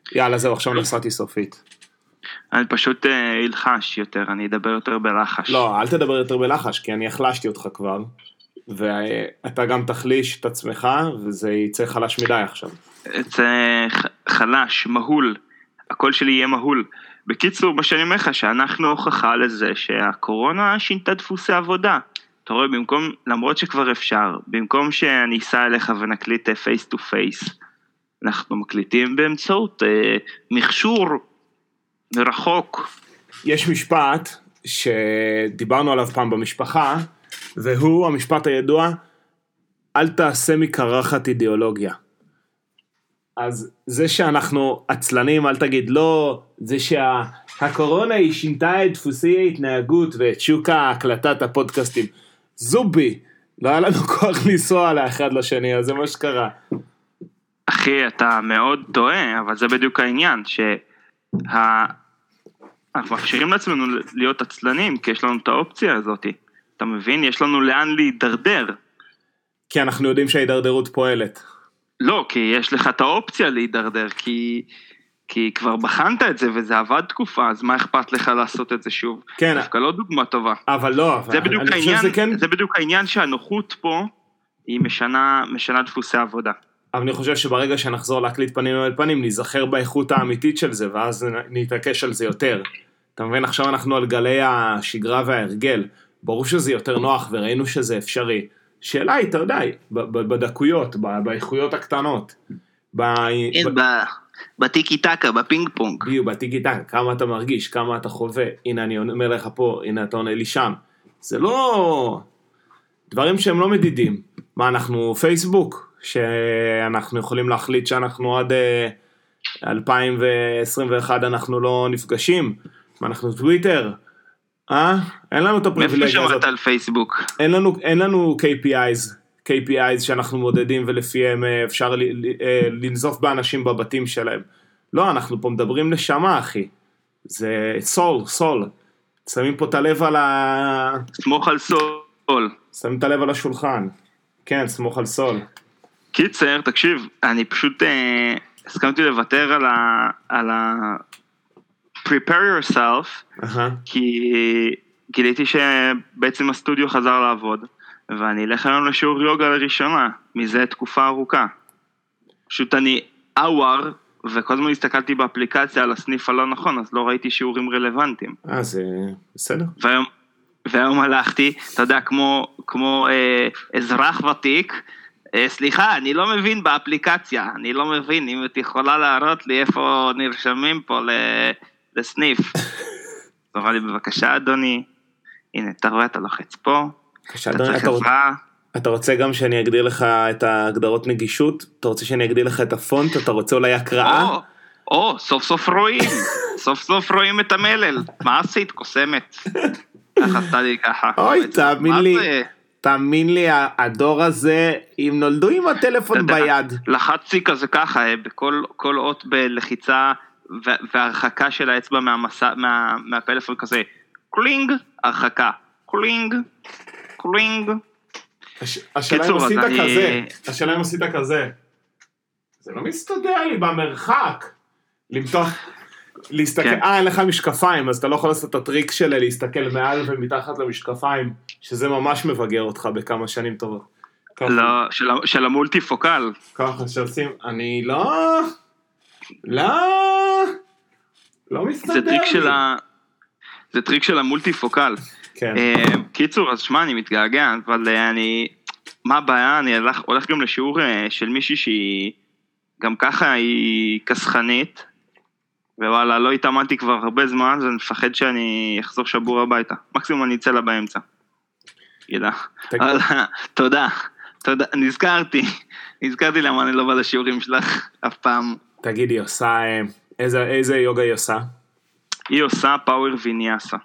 יאללה, זהו, עכשיו נסעתי סופית. אני פשוט ילחש יותר, אני אדבר יותר בלחש. לא, אל תדבר יותר בלחש, כי אני החלשתי אותך כבר, ואתה גם תחליש את עצמך, וזה יצא חלש מדי עכשיו. יצא חלש, מהול, הקול שלי יהיה מהול. בקיצור, מה שאני אומר לך, שאנחנו הוכחה לזה שהקורונה שינתה דפוסי עבודה. אתה רואה, למרות שכבר אפשר, במקום שאני אסע אליך ונקליט פייס טו פייס, אנחנו מקליטים באמצעות מכשור מרחוק. יש משפט שדיברנו עליו פעם במשפחה, והוא המשפט הידוע, אל תעשה מקרחת אידיאולוגיה. אז זה שאנחנו עצלנים, אל תגיד לא, זה שהקורונה היא שינתה את דפוסי ההתנהגות ואת שוק הקלטת הפודקאסטים. זובי, לא היה לנו כוח לנסוע לאחד לשני, אז זה מה שקרה. אחי, אתה מאוד טועה, אבל זה בדיוק העניין, אנחנו מאפשרים לעצמנו להיות עצלנים, כי יש לנו את האופציה הזאת. אתה מבין? יש לנו לאן להידרדר. כי אנחנו יודעים שההידרדרות פועלת. לא, כי יש לך את האופציה להידרדר, כי כבר בחנת את זה, וזה עבד תקופה, אז מה אכפת לך לעשות את זה שוב? כן. דווקא לא דוגמה טובה. אבל לא, זה בדיוק העניין שהנוחות פה, היא משנה דפוסי עבודה. אבל אני חושב שברגע שנחזור להקליט פנים אל פנים, נזכר באיכות האמיתית של זה, ואז נתעקש על זה יותר. אתה מבין, עכשיו אנחנו על גלי השגרה וההרגל, ברור שזה יותר נוח, וראינו שזה אפשרי. שאלה היא, אתה יודע, בדקויות, באיכויות הקטנות. בטיקי טקה, בפינג פונג. בטיקי טקה, כמה אתה מרגיש, כמה אתה חווה, הנה אני אומר לך פה, הנה אתה עונה לי שם. זה לא דברים שהם לא מדידים. מה, אנחנו פייסבוק, שאנחנו יכולים להחליט שאנחנו עד 2021 אנחנו לא נפגשים. מה, אנחנו טוויטר? אין לנו את הפריבילגיה הזאת. מאיפה שמעת על פייסבוק? אין לנו KPIs שאנחנו מודדים ולפיהם אפשר לנזוף באנשים בבתים שלהם. לא, אנחנו פה מדברים נשמה, אחי. זה סול. שמים פה את הלב על סמוך על סול. שמים את הלב על השולחן. כן, סמוך על סול. קיצר, תקשיב, אני פשוט הסכמתי לוותר על prepare yourself, כי גיליתי שבעצם הסטודיו חזר לעבוד, ואני אלך היום לשיעור יוגה לראשונה, מזה תקופה ארוכה. פשוט אני וכל הזמן הסתכלתי באפליקציה על הסניף הלא נכון, אז לא ראיתי שיעורים רלוונטיים. זה בסדר. והיום הלכתי, אתה יודע, כמו אזרח ותיק, סליחה, אני לא מבין באפליקציה, אני לא מבין, אם את יכולה להראות לי איפה נרשמים פה לסניף. תראה לי בבקשה, אדוני, הנה, אתה רואה, אתה לוחץ פה, אתה רוצה גם שאני אגדיר לך את ההגדרות נגישות? אתה רוצה שאני אגדיר לך את הפונט? אתה רוצה אולי הקראה? סוף סוף רואים את המלל, מה עשית? קוסמת. ככה עשתה לי ככה. אוי, תאמין לי, הדור הזה, אם נולדו עם הטלפון ביד. לחצי כזה ככה, בכל אות בלחיצה, והרחקה של האצבע מהפלאפון כזה, קלינג, הרחקה, קלינג. השאלה אם עשית כזה, זה לא מסתדר לי במרחק, להסתכל, אין לך משקפיים, אז אתה לא יכול לעשות את הטריק שלי, להסתכל מעל ומתחת למשקפיים, שזה ממש מבגר אותך בכמה שנים טובות. לא, של המולטיפוקל. ככה שעושים, אני לא מסתדר לי. זה טריק של המולטיפוקל. כן. קיצור, אז שמע, אני מתגעגע, אבל מה הבעיה? אני הולך גם לשיעור של מישהי שהיא גם ככה היא כסחנית, ווואלה, לא התאמנתי כבר הרבה זמן, אז אני מפחד שאני אחזור שבור הביתה. מקסימום אני אצא לה באמצע. ידע. תודה. נזכרתי למה אני לא בא לשיעורים שלך אף פעם. תגיד, היא עושה, איזה יוגה היא עושה? היא עושה פאוור ויניאסה.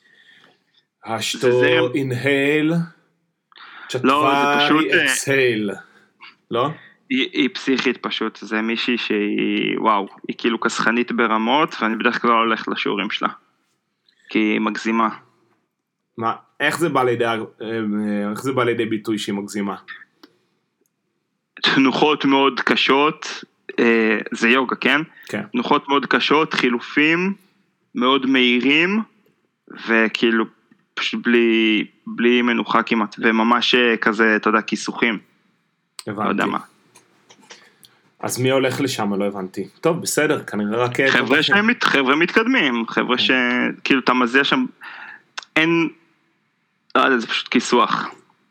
השתו אינהייל, צ'טווארי אקסהייל. לא? היא פסיכית פשוט, זה מישהי שהיא, וואו, היא כאילו כסחנית ברמות, ואני בדרך כלל הולך לשיעורים שלה, כי היא מגזימה. מה, איך זה בא לידי ביטוי שהיא מגזימה? תנוחות מאוד קשות, זה יוגה, כן? כן. תנוחות מאוד קשות, חילופים מאוד מהירים, וכאילו פשוט בלי מנוחה כמעט, וממש כזה, אתה יודע, כיסוכים. הבנתי. לא יודע מה. אז מי הולך לשם? לא הבנתי. טוב, בסדר, כנראה רק... חבר'ה מתקדמים, חבר'ה שכאילו אתה מזיע שם, אין... לא יודע, זה פשוט כיסוח.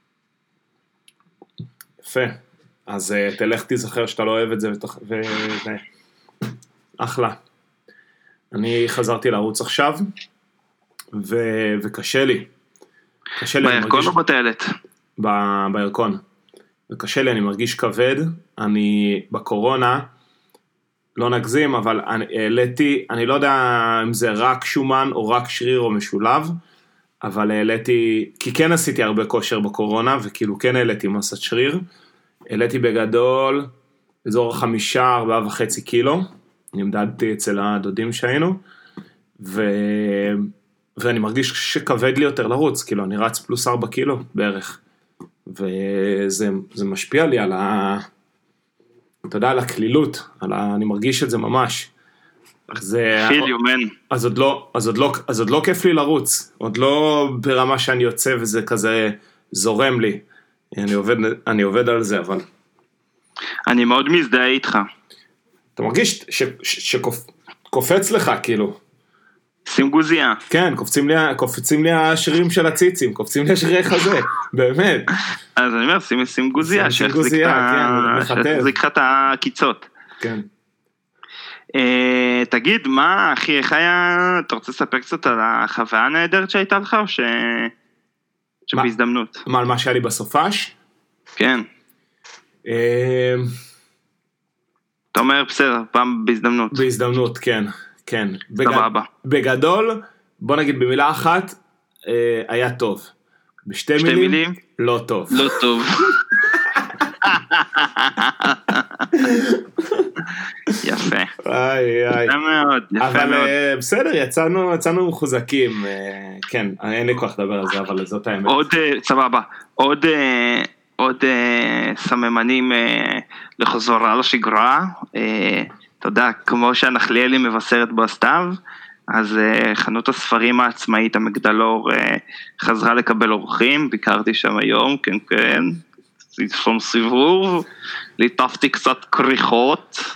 יפה. אז תלך תזכר שאתה לא אוהב את זה, אחלה. אני חזרתי לערוץ עכשיו, וקשה לי. בירקון או בטיילת? בירקון. וקשה לי, אני מרגיש כבד. אני בקורונה, לא נגזים, אבל העליתי, אני לא יודע אם זה רק שומן או רק שריר או משולב, אבל העליתי, כי כן עשיתי הרבה כושר בקורונה, וכאילו כן העליתי מסת שריר. העליתי בגדול, אזור 5-4.5 קילו, נמדדתי אצל הדודים שהיינו, ואני מרגיש שכבד לי יותר לרוץ, כאילו אני רץ פלוס 4 קילו בערך, וזה משפיע לי על אתה יודע, על הכלילות, אני מרגיש את זה ממש. אז עוד לא כיף לי לרוץ, עוד לא ברמה שאני יוצא וזה כזה זורם לי, אני עובד על זה, אבל... אני מאוד מזדהה איתך. אתה מרגיש שקופץ לך, כאילו. שים גוזיה. כן, קופצים לי השרירים של הציצים, קופצים לי השרירי חזה, באמת. אז אני אומר, שים גוזיה, שיחזיק לך את הקיצות. כן. תגיד, מה, אחי, איך היה, אתה רוצה לספר קצת על החוויה הנהדרת שהייתה לך, או שבהזדמנות? מה, על מה שהיה לי בסופש? כן. אתה אומר, בסדר, פעם בהזדמנות. בהזדמנות, כן, כן. סבבה. בגדול, בוא נגיד במילה אחת, היה טוב. בשתי מילים? לא טוב. לא טוב. יפה. יפה מאוד, יפה מאוד. אבל בסדר, יצאנו מחוזקים, כן, אין לי כוח לדבר על זה, אבל זאת האמת. עוד, סבבה, עוד סממנים לחזורה לשגרה, אתה יודע, כמו שהנחליאלי מבשרת בסתיו, אז חנות הספרים העצמאית המגדלור חזרה לקבל אורחים, ביקרתי שם היום, כן כן, שם סיבוב, ליטפתי קצת קריחות,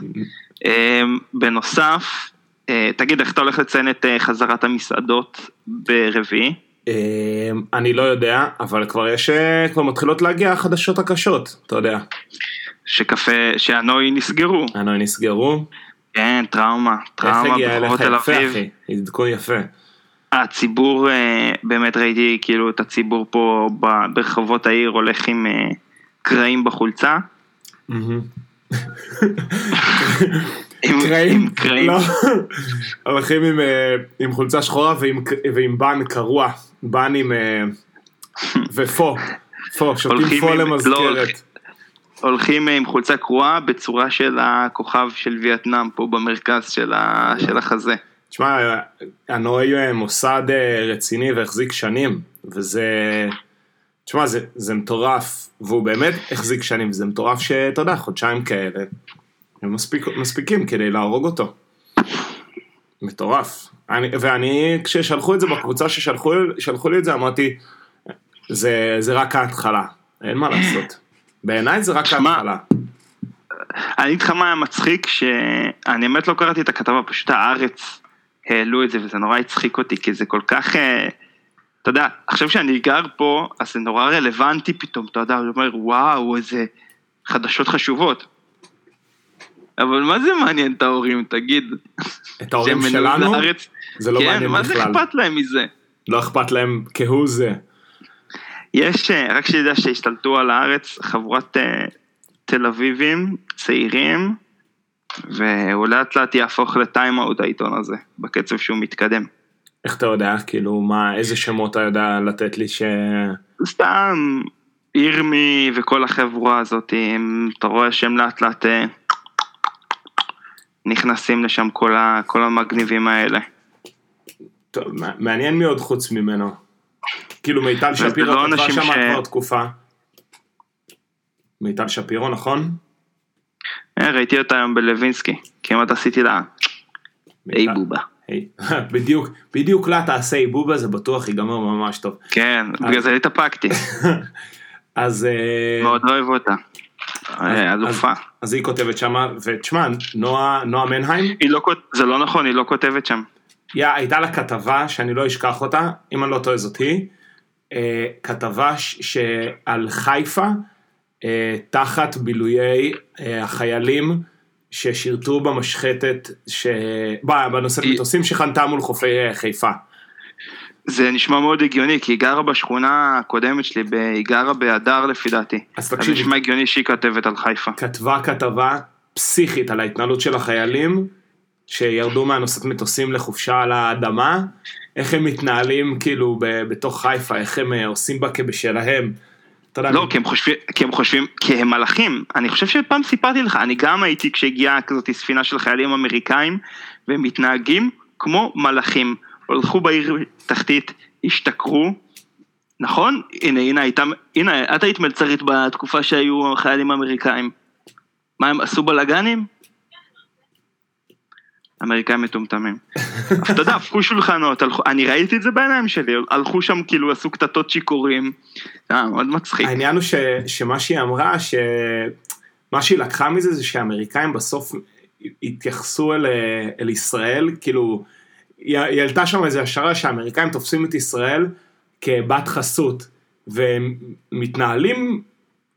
בנוסף, תגיד, איך אתה הולך לציין את חזרת המסעדות ברביעי? אני לא יודע, אבל כבר מתחילות להגיע החדשות הקשות, אתה יודע. שהנוי נסגרו. הנוי נסגרו. כן, טראומה בחורות תל אביב. ידקו יפה. הציבור, באמת ראיתי כאילו את הציבור פה ברחובות העיר הולך עם קרעים בחולצה. קרעים? לא. הולכים עם חולצה שחורה ועם בן קרוע. בן עם... ופו. שותים פו למזכרת. הולכים עם חולצה קרועה בצורה של הכוכב של וייטנאם פה במרכז של החזה. תשמע, הנוי מוסד רציני והחזיק שנים, וזה, תשמע, זה מטורף, והוא באמת החזיק שנים, וזה מטורף שאתה יודע, חודשיים כאלה, הם מספיקים כדי להרוג אותו. מטורף. ואני, כששלחו את זה בקבוצה ששלחו לי את זה, אמרתי, זה רק ההתחלה, אין מה לעשות. בעיניי זה רק ההתחלה. אני איתך מה היה מצחיק, שאני באמת לא קראתי את הכתבה, פשוט הארץ העלו את זה, וזה נורא הצחיק אותי, כי זה כל כך, אתה יודע, עכשיו שאני גר פה, אז זה נורא רלוונטי פתאום, אתה יודע, הוא אומר, וואו, איזה חדשות חשובות. אבל מה זה מעניין את ההורים, תגיד? את ההורים שלנו? זה לא מעניין בכלל. כן, מה זה אכפת להם מזה? לא אכפת להם כהוא זה. יש, רק שידע שהשתלטו על הארץ, חבורת תל אביבים, צעירים, והוא לאט לאט יהפוך לטיימאוט העיתון הזה, בקצב שהוא מתקדם. איך אתה יודע, כאילו, איזה שמות אתה יודע לתת לי סתם, ירמי וכל החבורה הזאת, אתה רואה שהם לאט לאט נכנסים לשם כל המגניבים האלה. טוב, מעניין מי עוד חוץ ממנו. כאילו מיטל שפירו כתבה שם כבר תקופה. מיטל שפירו, נכון? ראיתי אותה היום בלווינסקי, כמעט עשיתי לה, היי בובה. בדיוק לה תעשה היי בובה, זה בטוח ייגמר ממש טוב. כן, בגלל זה התאפקתי. אז... מאוד לא אוהב אותה. אלופה. אז היא כותבת שמה, ותשמע, נועה מנהיים? זה לא נכון, היא לא כותבת שם. הייתה לה כתבה שאני לא אשכח אותה, אם אני לא טועה זאת היא, כתבה שעל חיפה, תחת בילויי החיילים ששירתו במשחטת, בנושאת מטוסים שחנתה מול חופי חיפה. זה נשמע מאוד הגיוני, כי היא גרה בשכונה הקודמת שלי, היא גרה בהדר לפי דעתי. אז תקשיב, זה נשמע הגיוני שהיא כתבת על חיפה. כתבה כתבה פסיכית על ההתנהלות של החיילים, שירדו מהנושאת מטוסים לחופשה על האדמה, איך הם מתנהלים כאילו בתוך חיפה, איך הם עושים בה כבשלהם. לא, כי הם מלאכים. אני חושב שפעם סיפרתי לך, אני גם הייתי כשהגיעה כזאת ספינה של חיילים אמריקאים, והם מתנהגים כמו מלאכים. הולכו בעיר תחתית, השתכרו, נכון? הנה, את היית מלצרית בתקופה שהיו חיילים אמריקאים. מה הם עשו בלגנים? אמריקאים מטומטמים. אתה יודע, הפכו שולחנות, אני ראיתי את זה בעיניים שלי, הלכו שם כאילו, עשו קטטות שיכורים, מאוד מצחיק. העניין הוא שמה שהיא אמרה, מה שהיא לקחה מזה, זה שהאמריקאים בסוף התייחסו אל ישראל, כאילו, היא העלתה שם איזו השערה שהאמריקאים תופסים את ישראל כבת חסות, ומתנהלים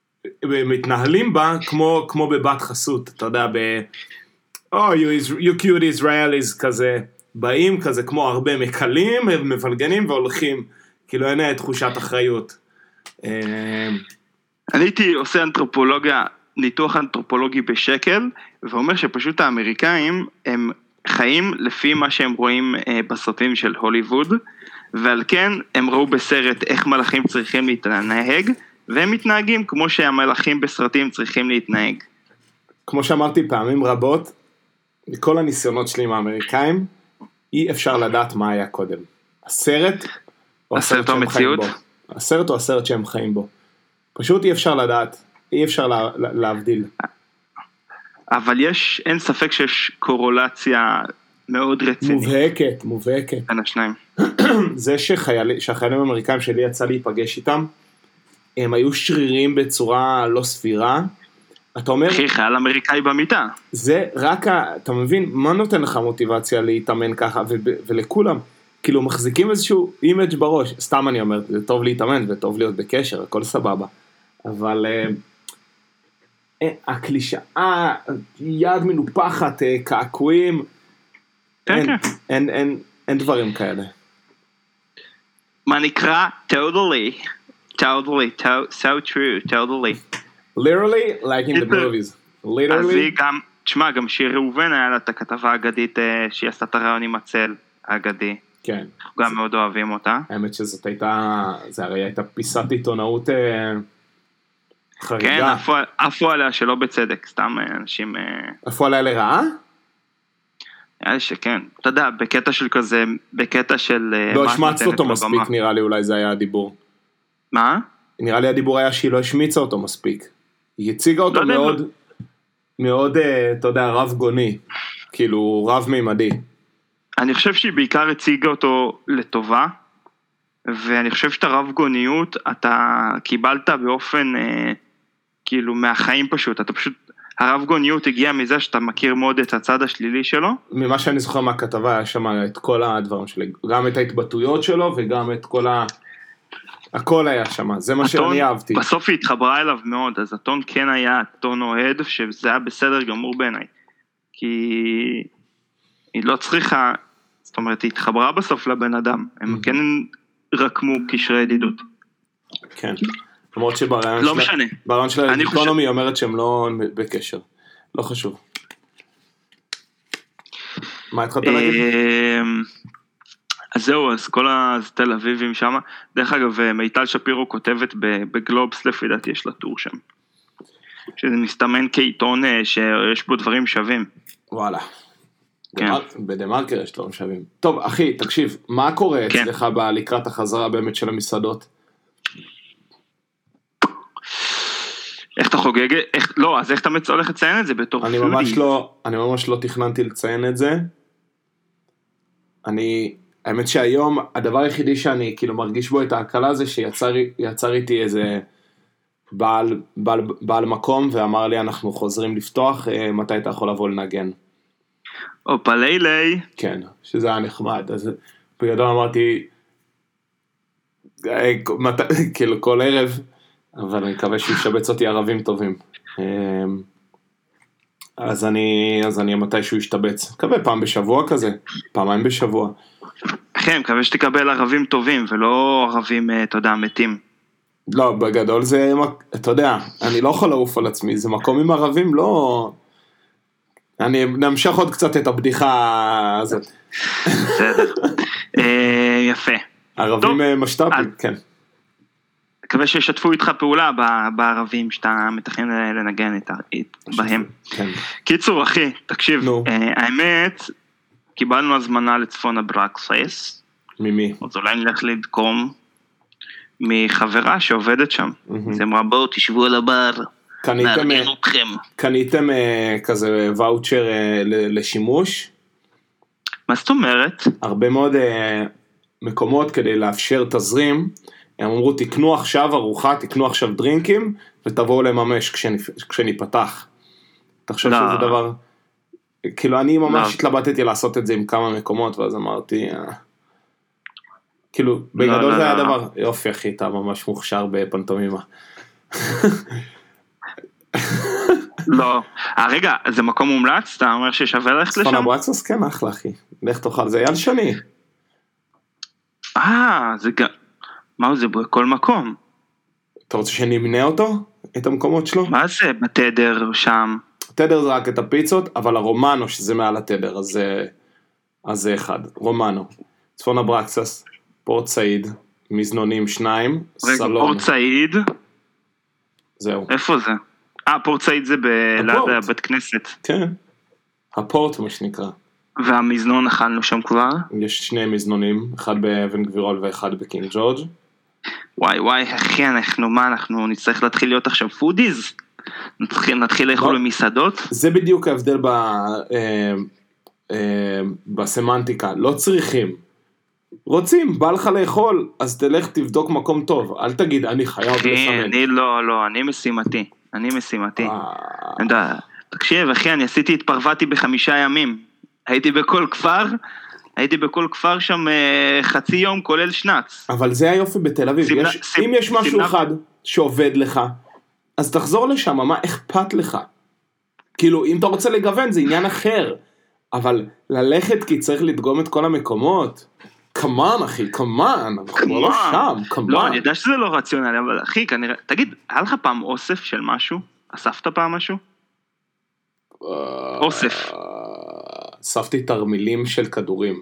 בה כמו בבת חסות, אתה יודע, you cute Israelis כזה, באים כזה כמו הרבה מקלים, מבלגנים והולכים, כאילו אין תחושת אחריות. אני הייתי עושה ניתוח אנתרופולוגי בשקל, ואומר שפשוט האמריקאים הם חיים לפי מה שהם רואים בסרטים של הוליווד, ועל כן הם ראו בסרט איך מלאכים צריכים להתנהג, והם מתנהגים כמו שהמלאכים בסרטים צריכים להתנהג. כמו שאמרתי פעמים רבות, מכל הניסיונות שלי עם האמריקאים, אי אפשר לדעת מה היה קודם. הסרט או הסרט שהם חיים בו. הסרט או הסרט שהם חיים בו. פשוט אי אפשר לדעת, אי אפשר להבדיל. אבל אין ספק שיש קורולציה מאוד רצינית. מובהקת. בין השניים. זה שהחיילים האמריקאים שלי יצא להיפגש איתם, הם היו שרירים בצורה לא סבירה, אתה אומר... אחי, חייל אמריקאי במיטה. זה רק, אתה מבין, מה נותן לך מוטיבציה להתאמן ככה, ולכולם, כאילו מחזיקים איזשהו אימג' בראש, סתם אני אומר, זה טוב להתאמן, וטוב להיות בקשר, הכל סבבה, אבל הקלישאה, יד מנופחת, קעקועים, אין דברים כאלה. מה נקרא? Totally, so true, totally. Literally, like in the movies. Literally. אז היא גם, תשמע, גם שיר ראובן היה לה את הכתבה האגדית, שהיא עשתה את הרעיון עם הצל האגדי. כן. אנחנו גם מאוד אוהבים אותה. האמת שזאת הייתה, זה הרי הייתה פיסת עיתונאות חריגה. כן, עפו עליה שלא בצדק, סתם אנשים... עפו עליה לרעה? היה שכן, אתה יודע, בקטע של כזה, בקטע של... לא השמצת אותו מספיק, נראה לי, אולי זה היה הדיבור. מה? נראה לי הדיבור היה שהיא לא השמיצה אותו מספיק. היא הציגה אותו מאוד, אתה יודע, רב גוני, כאילו רב מימדי. אני חושב שהיא בעיקר הציגה אותו לטובה, ואני חושב שאת הרב גוניות אתה קיבלת באופן, כאילו מהחיים פשוט, אתה פשוט, הרב גוניות הגיע מזה שאתה מכיר מאוד את הצד השלילי שלו. ממה שאני זוכר מהכתבה, היה שם את כל הדברים שלי, גם את ההתבטאויות שלו וגם את כל הכל היה שם, זה מה שאני אהבתי. בסוף היא התחברה אליו מאוד, אז הטון כן היה טון אוהד, שזה היה בסדר גמור בעיניי. כי היא לא צריכה, זאת אומרת, היא התחברה בסוף לבן אדם, הם כן רקמו קשרי ידידות. כן, למרות שברעיון של האקונומי היא אומרת שהם לא בקשר, לא חשוב. מה התחלת להגיד? אז זהו, אז כל התל אביבים שם, דרך אגב, מיטל שפירו כותבת בגלובס, לפי דעתי יש לה טור שם, שזה מסתמן כעיתון שיש בו דברים שווים. וואלה, בדמרקר יש דברים שווים. טוב, אחי, תקשיב, מה קורה אצלך לקראת החזרה באמת של המסעדות? איך אתה חוגג? לא, אז איך אתה הולך לציין את זה בתור אני ממש לא תכננתי לציין את זה. האמת שהיום, הדבר היחידי שאני כאילו מרגיש בו את ההקלה זה שיצר איתי איזה בעל מקום, ואמר לי אנחנו חוזרים לפתוח, מתי אתה יכול לבוא לנגן. אופה לילי. כן, שזה היה נחמד. אז בגדול אמרתי, כאילו כל ערב, אבל אני מקווה שישבץ אותי ערבים טובים. אז אני מתישהו ישתבץ. מקווה פעם בשבוע כזה, פעמיים בשבוע. כן, מקווה שתקבל ערבים טובים, ולא ערבים, אתה יודע, מתים. לא, בגדול זה, אתה יודע, אני לא יכול לעוף על עצמי, זה מקום עם ערבים, לא... אני נמשך עוד קצת את הבדיחה הזאת. בסדר. יפה. ערבים משת"פים, כן. מקווה שישתפו איתך פעולה בערבים שאתה מתכנן לנגן בהם. קיצור, אחי, תקשיב, האמת, קיבלנו הזמנה לצפון הברקסס. ממי? אז אולי נלך לדקום מחברה שעובדת שם. זה אמרה, בואו תשבו על הבר, נארגן אתכם. קניתם כזה ואוצ'ר לשימוש? מה זאת אומרת? הרבה מאוד מקומות כדי לאפשר תזרים, הם אמרו, תקנו עכשיו ארוחה, תקנו עכשיו דרינקים, ותבואו לממש כשניפתח. אתה חושב שזה דבר... כאילו, אני ממש התלבטתי לעשות את זה עם כמה מקומות, ואז אמרתי... כאילו, בגדול זה היה דבר... יופי, אחי, אתה ממש מוכשר בפנטומימה. לא. רגע, זה מקום מומלץ? אתה אומר ששווה ללכת לשם? צפון הברקסס, כן, אחלה, אחי. לך תאכל, זה יד שני. זה גם... מה זה בכל מקום? אתה רוצה שנמנה אותו? את המקומות שלו? מה זה בתדר שם? התדר זה רק את הפיצות, אבל הרומנו שזה מעל התדר, אז זה אחד. רומנו. צפון הברקסס, פורט סעיד, מזנונים 2, סלון. פורט סעיד? זהו. איפה זה? פורט סעיד זה ליד הבית כנסת. כן. הפורט מה שנקרא. והמזנון אכלנו שם כבר? יש שני מזנונים, אחד באבן גבירול ואחד בקינג ג'ורג'. וואי, אחי, אנחנו נצטרך להתחיל להיות עכשיו פודיז? נתחיל לאכול במסעדות? זה בדיוק ההבדל בסמנטיקה, לא צריכים. רוצים, בא לך לאכול, אז תלך תבדוק מקום טוב, אל תגיד, אני חייב לסמן. אני משימתי. תקשיב, אחי, אני עשיתי התפרבתי ב5 ימים. הייתי בכל כפר שם חצי יום, כולל שנץ. אבל זה היופי בתל אביב. אם יש משהו אחד שעובד לך, אז תחזור לשם, מה אכפת לך? כאילו, אם אתה רוצה לגוון, זה עניין אחר. אבל ללכת כי צריך לדגום את כל המקומות. כמן, אחי, כמן. אנחנו לא שם, כמן. לא, אני יודע שזה לא רציונלי, אבל אחי, כנראה... תגיד, היה לך פעם אוסף של משהו? אספת פעם משהו? אוסף. אספתי תרמילים של כדורים.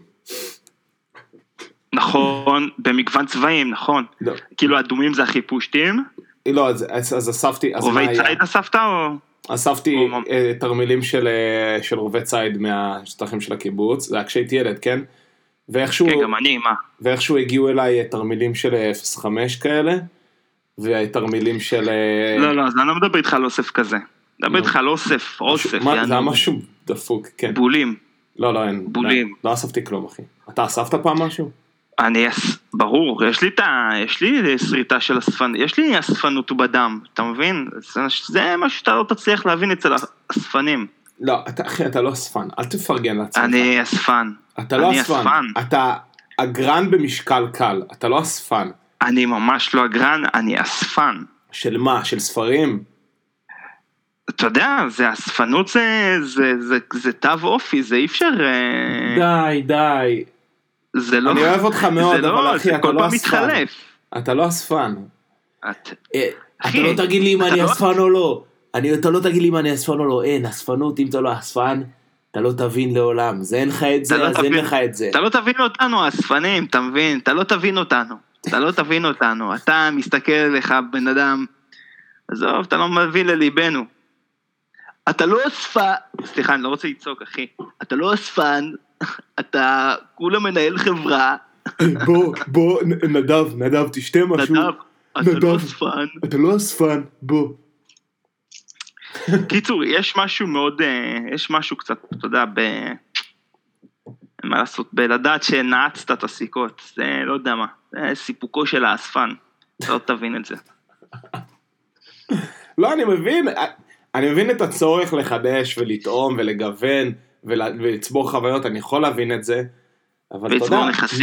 נכון, במגוון צבעים, נכון. כאילו אדומים זה הכי פושטים. לא, אז אספתי... רובי ציד אספת או... אספתי תרמילים של רובי ציד מהשטחים של הקיבוץ, זה היה כשהייתי ילד, כן? כן, גם אני, מה? ואיכשהו הגיעו אליי תרמילים של 0.5 כאלה, ותרמילים של... לא, אז אני לא מדבר איתך על אוסף כזה. מדבר איתך על אוסף. זה היה משהו דפוק, כן. בולים. לא, אין. בולים. לא אספתי כלום, אחי. אתה אספת פעם משהו? ברור, יש לי שריטה של אספן, יש לי אספנות בדם, אתה מבין? זה משהו שאתה לא תצליח להבין אצל אספנים. לא, אחי, אתה לא אספן, אל תפרגן לעצמך. אני אספן. אתה לא אספן, אתה אגרן במשקל קל, אתה לא אספן. אני ממש לא אגרן, אני אספן. של מה? של ספרים? אתה יודע, זה אספנות, זה תו אופי, זה אי אפשר... די. לא, אני אוהב אותך מאוד, אבל אחי, אתה לא אספן. אתה לא אספן. אתה לא תגיד לי אם אני אספן או לא. אתה לא תגיד לי אם אני אספן או לא. אין, אספנות, אם אתה לא אספן, אתה לא תבין לעולם. זה אין לך את זה, אז אין לך את זה. אתה לא תבין אותנו, אספנים, אתה מבין? אתה לא תבין אותנו. אתה מסתכל לך, בן אדם, עזוב, אתה לא מבין לליבנו. אתה לא אספן, סליחה, אני לא רוצה לצעוק, אחי. אתה לא אספן, אתה כולה מנהל חברה. בוא, נדב, תשתה משהו. נדב, אתה לא אספן. אתה לא אספן, בוא. קיצור, יש משהו מאוד, יש משהו קצת, אתה יודע, מה לעשות, בלדעת שנעצת את הסיכות, זה לא יודע מה, זה סיפוקו של האספן, אתה לא תבין את זה. לא, אני מבין את הצורך לחדש ולטעום ולגוון ולצבור חוויות, אני יכול להבין את זה, אבל אתה יודע,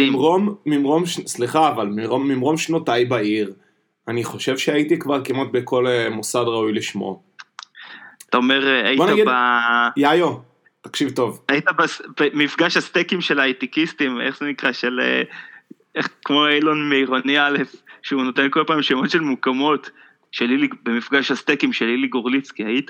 ממרום שנותיי בעיר, אני חושב שהייתי כבר כמעט בכל מוסד ראוי לשמו. אתה אומר, היית יאיו, תקשיב טוב. היית במפגש הסטייקים של ההייטיקיסטים, איך זה נקרא, כמו אילון מעירוני א', שהוא נותן כל פעם שמות של מוקמות, במפגש הסטייקים של לילי גורליצקי, היית?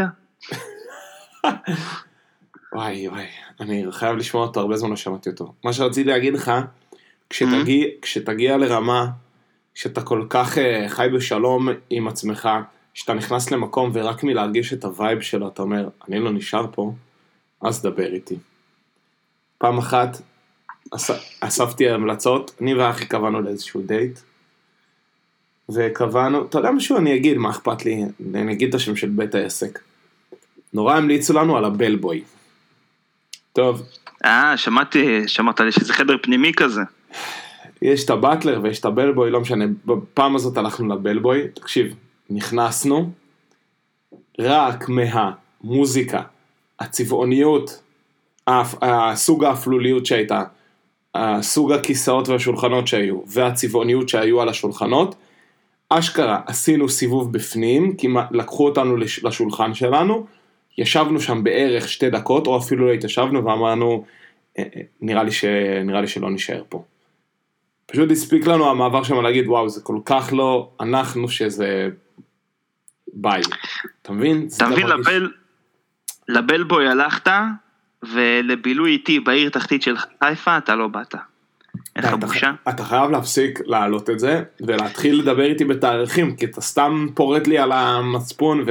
וואי, אני חייב לשמוע אותו, הרבה זמן לא שמעתי אותו. מה שרציתי להגיד לך, כשתגיע לרמה, שאתה כל כך חי בשלום עם עצמך, שאתה נכנס למקום ורק מלהרגיש את הווייב שלו, אתה אומר, אני לא נשאר פה, אז דבר איתי. פעם אחת, אספתי המלצות, אני ואחי קבענו לאיזשהו דייט, וקבענו, אתה יודע משהו, אני אגיד מה אכפת לי, אני אגיד את השם של בית העסק. נורא המליצו לנו על הבלבוי. טוב. שמעת לי שזה חדר פנימי כזה. יש את הבטלר ויש את הבלבוי, לא משנה, בפעם הזאת הלכנו לבלבוי, תקשיב, נכנסנו, רק מהמוזיקה, הצבעוניות, הסוג האפלוליות שהייתה, הסוג הכיסאות והשולחנות שהיו, והצבעוניות שהיו על השולחנות, אשכרה עשינו סיבוב בפנים, כי לקחו אותנו לשולחן שלנו, ישבנו שם בערך 2 דקות, או אפילו לא התיישבנו, ואמרנו, נראה לי שלא נשאר פה. פשוט הספיק לנו המעבר שם להגיד, וואו, זה כל כך לא אנחנו שזה ביי. אתה מבין? אתה מבין, לבלבוי הלכת, ולבילוי איתי בעיר תחתית של חיפה, אתה לא באת. אין לך בושה? אתה חייב להפסיק להעלות את זה, ולהתחיל לדבר איתי בתאריכים, כי אתה סתם פורט לי על המצפון,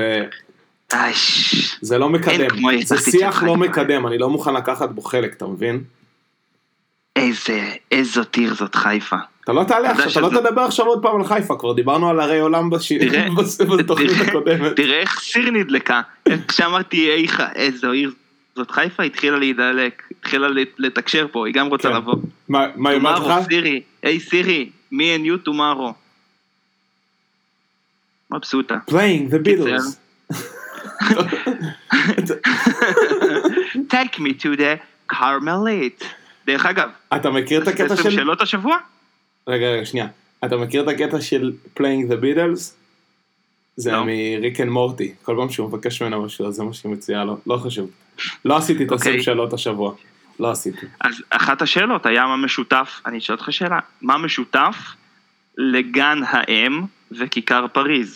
זה לא מקדם. זה שיח לא מקדם, אני לא מוכן לקחת בו חלק, אתה מבין? איזו טיר זאת חיפה. אתה לא תעלה עכשיו, אתה לא תדבר עכשיו עוד פעם על חיפה, כבר דיברנו על הרי עולם בתוכנית הקודמת. תראה איך סיר נדלקה, כשאמרתי איזו עיר זאת חיפה, התחילה להידלק, התחילה לתקשר פה, היא גם רוצה לבוא. מה היא אומרת לך? היי סירי, me and you tomorrow. מבסוטה. Playing the Beatles. Take me to the Carmelite. דרך אגב, אתה מכיר את הקטע של... שאלות השבוע? רגע, שנייה. אתה מכיר את הקטע של Playing the Beatles? זה מריק אנד מורטי. כל פעם שהוא מבקש ממנו משהו, זה מה שהיא מציעה לו. לא חשוב. לא עשיתי את הסם שאלות השבוע. לא עשיתי. אז אחת השאלות היה מה משותף, אני אשאל אותך שאלה, מה משותף לגן האם וכיכר פריז?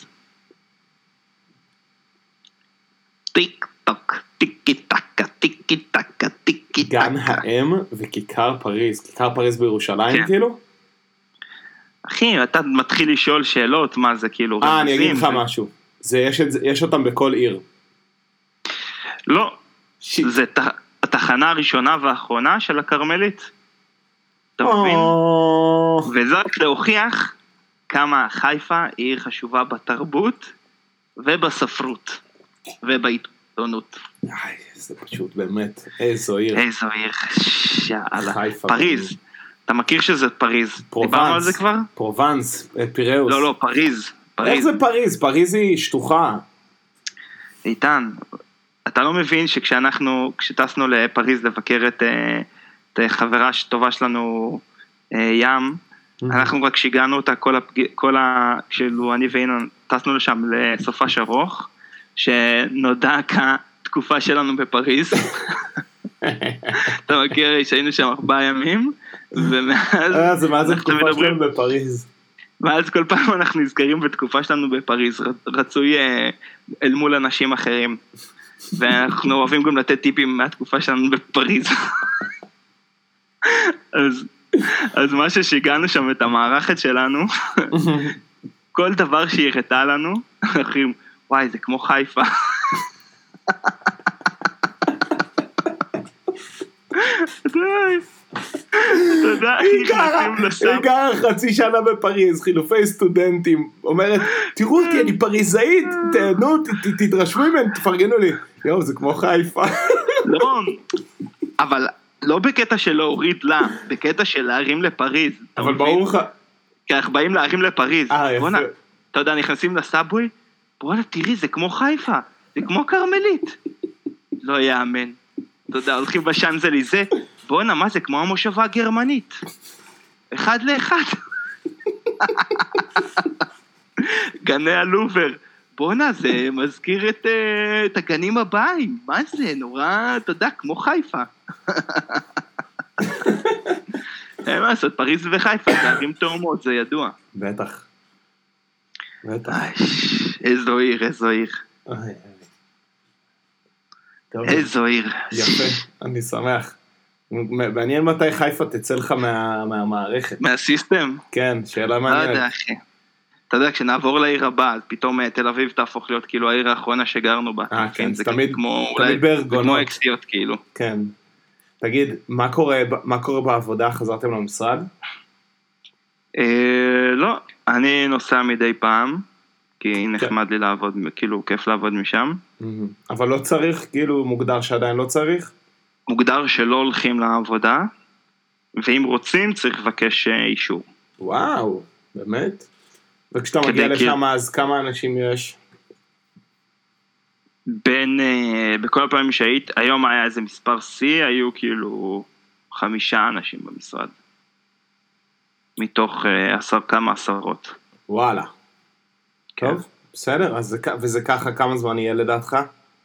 טיק טוק, טיקי טקה, טיקי טקה, טיקי טקה. גן האם וכיכר פריז. כיכר פריז בירושלים כאילו? אחי, אתה מתחיל לשאול שאלות, מה זה כאילו? אני אגיד לך משהו. יש אותם בכל עיר. לא. זה התחנה הראשונה והאחרונה של הקרמלית. אתה מבין? וזה רק להוכיח כמה חיפה היא עיר חשובה בתרבות ובספרות ובעיתונות. זה פשוט באמת, איזו עיר. איזו עיר, חיפה. פריז. אתה מכיר שזה פריז? דיברנו על זה כבר? פרובנס, פיראוס. לא, פריז. איך זה פריז? פריז היא שטוחה. איתן, אתה לא מבין כשטסנו לפריז לבקר את חברה טובה שלנו ים, אנחנו רק שיגענו אותה כשאילו אני ואינן טסנו לשם לסופש ארוך, שנודע כתקופה שלנו בפריז. אתה מכיר שהיינו שם 4 ימים, ומאז זה תקופה שלנו בפריז. ואז כל פעם אנחנו נזכרים בתקופה שלנו בפריז, רצוי אל מול אנשים אחרים. ואנחנו אוהבים גם לתת טיפים מהתקופה שלנו בפריז. אז מה ששיגענו שם את המערכת שלנו, כל דבר שהיא הראתה לנו, אנחנו וואי, זה כמו חיפה. אתה יודע, היא גרה חצי שנה בפריז, חילופי סטודנטים, אומרת, תראו אותי, אני פריזאית, תהנו, תתרשמו ממני, תפרגנו לי. יואו, זה כמו חיפה. לא, אבל לא בקטע של להוריד לה, בקטע של להרים לפריז. אבל ברור לך. כי אנחנו באים להרים לפריז. יפה. אתה יודע, נכנסים לסאבווי, בואנה, תראי, זה כמו חיפה, זה כמו קרמלית. לא יאמן. אתה יודע, הולכים בשאנזליזה, בואנה, מה זה, כמו המושבה הגרמנית. 1-1. גני הלובר. בואנה, זה מזכיר את הגנים הבאים. מה זה, נורא, אתה יודע, כמו חיפה. אין מה לעשות, פריז וחיפה, תארים תאומות, זה ידוע. בטח. איזו עיר, איזו עיר. איזו עיר. יפה, אני שמח. מעניין מתי חיפה תצא לך מהמערכת. מהסיסטם? כן, שאלה מעניינת. לא יודע, אחי. אתה יודע, כשנעבור לעיר הבאה, אז פתאום תל אביב תהפוך להיות כאילו העיר האחרונה שגרנו בה. כן, זה תמיד בארגונות. כמו אקסיות כאילו. כן. תגיד, מה קורה בעבודה? חזרתם למשרד? לא, אני נוסע מדי פעם, כי נחמד לי לעבוד, כאילו כיף לעבוד משם. אבל לא צריך, כאילו מוגדר שעדיין לא צריך? מוגדר שלא הולכים לעבודה, ואם רוצים צריך לבקש אישור. וואו, באמת? וכשאתה מגיע לשם, אז כמה אנשים יש? בכל הפעמים שהיית, היום היה איזה מספר C, היו כאילו 5 אנשים במשרד. מתוך כמה עשרות. וואלה. טוב, בסדר, וזה ככה, כמה זמן יהיה לדעתך?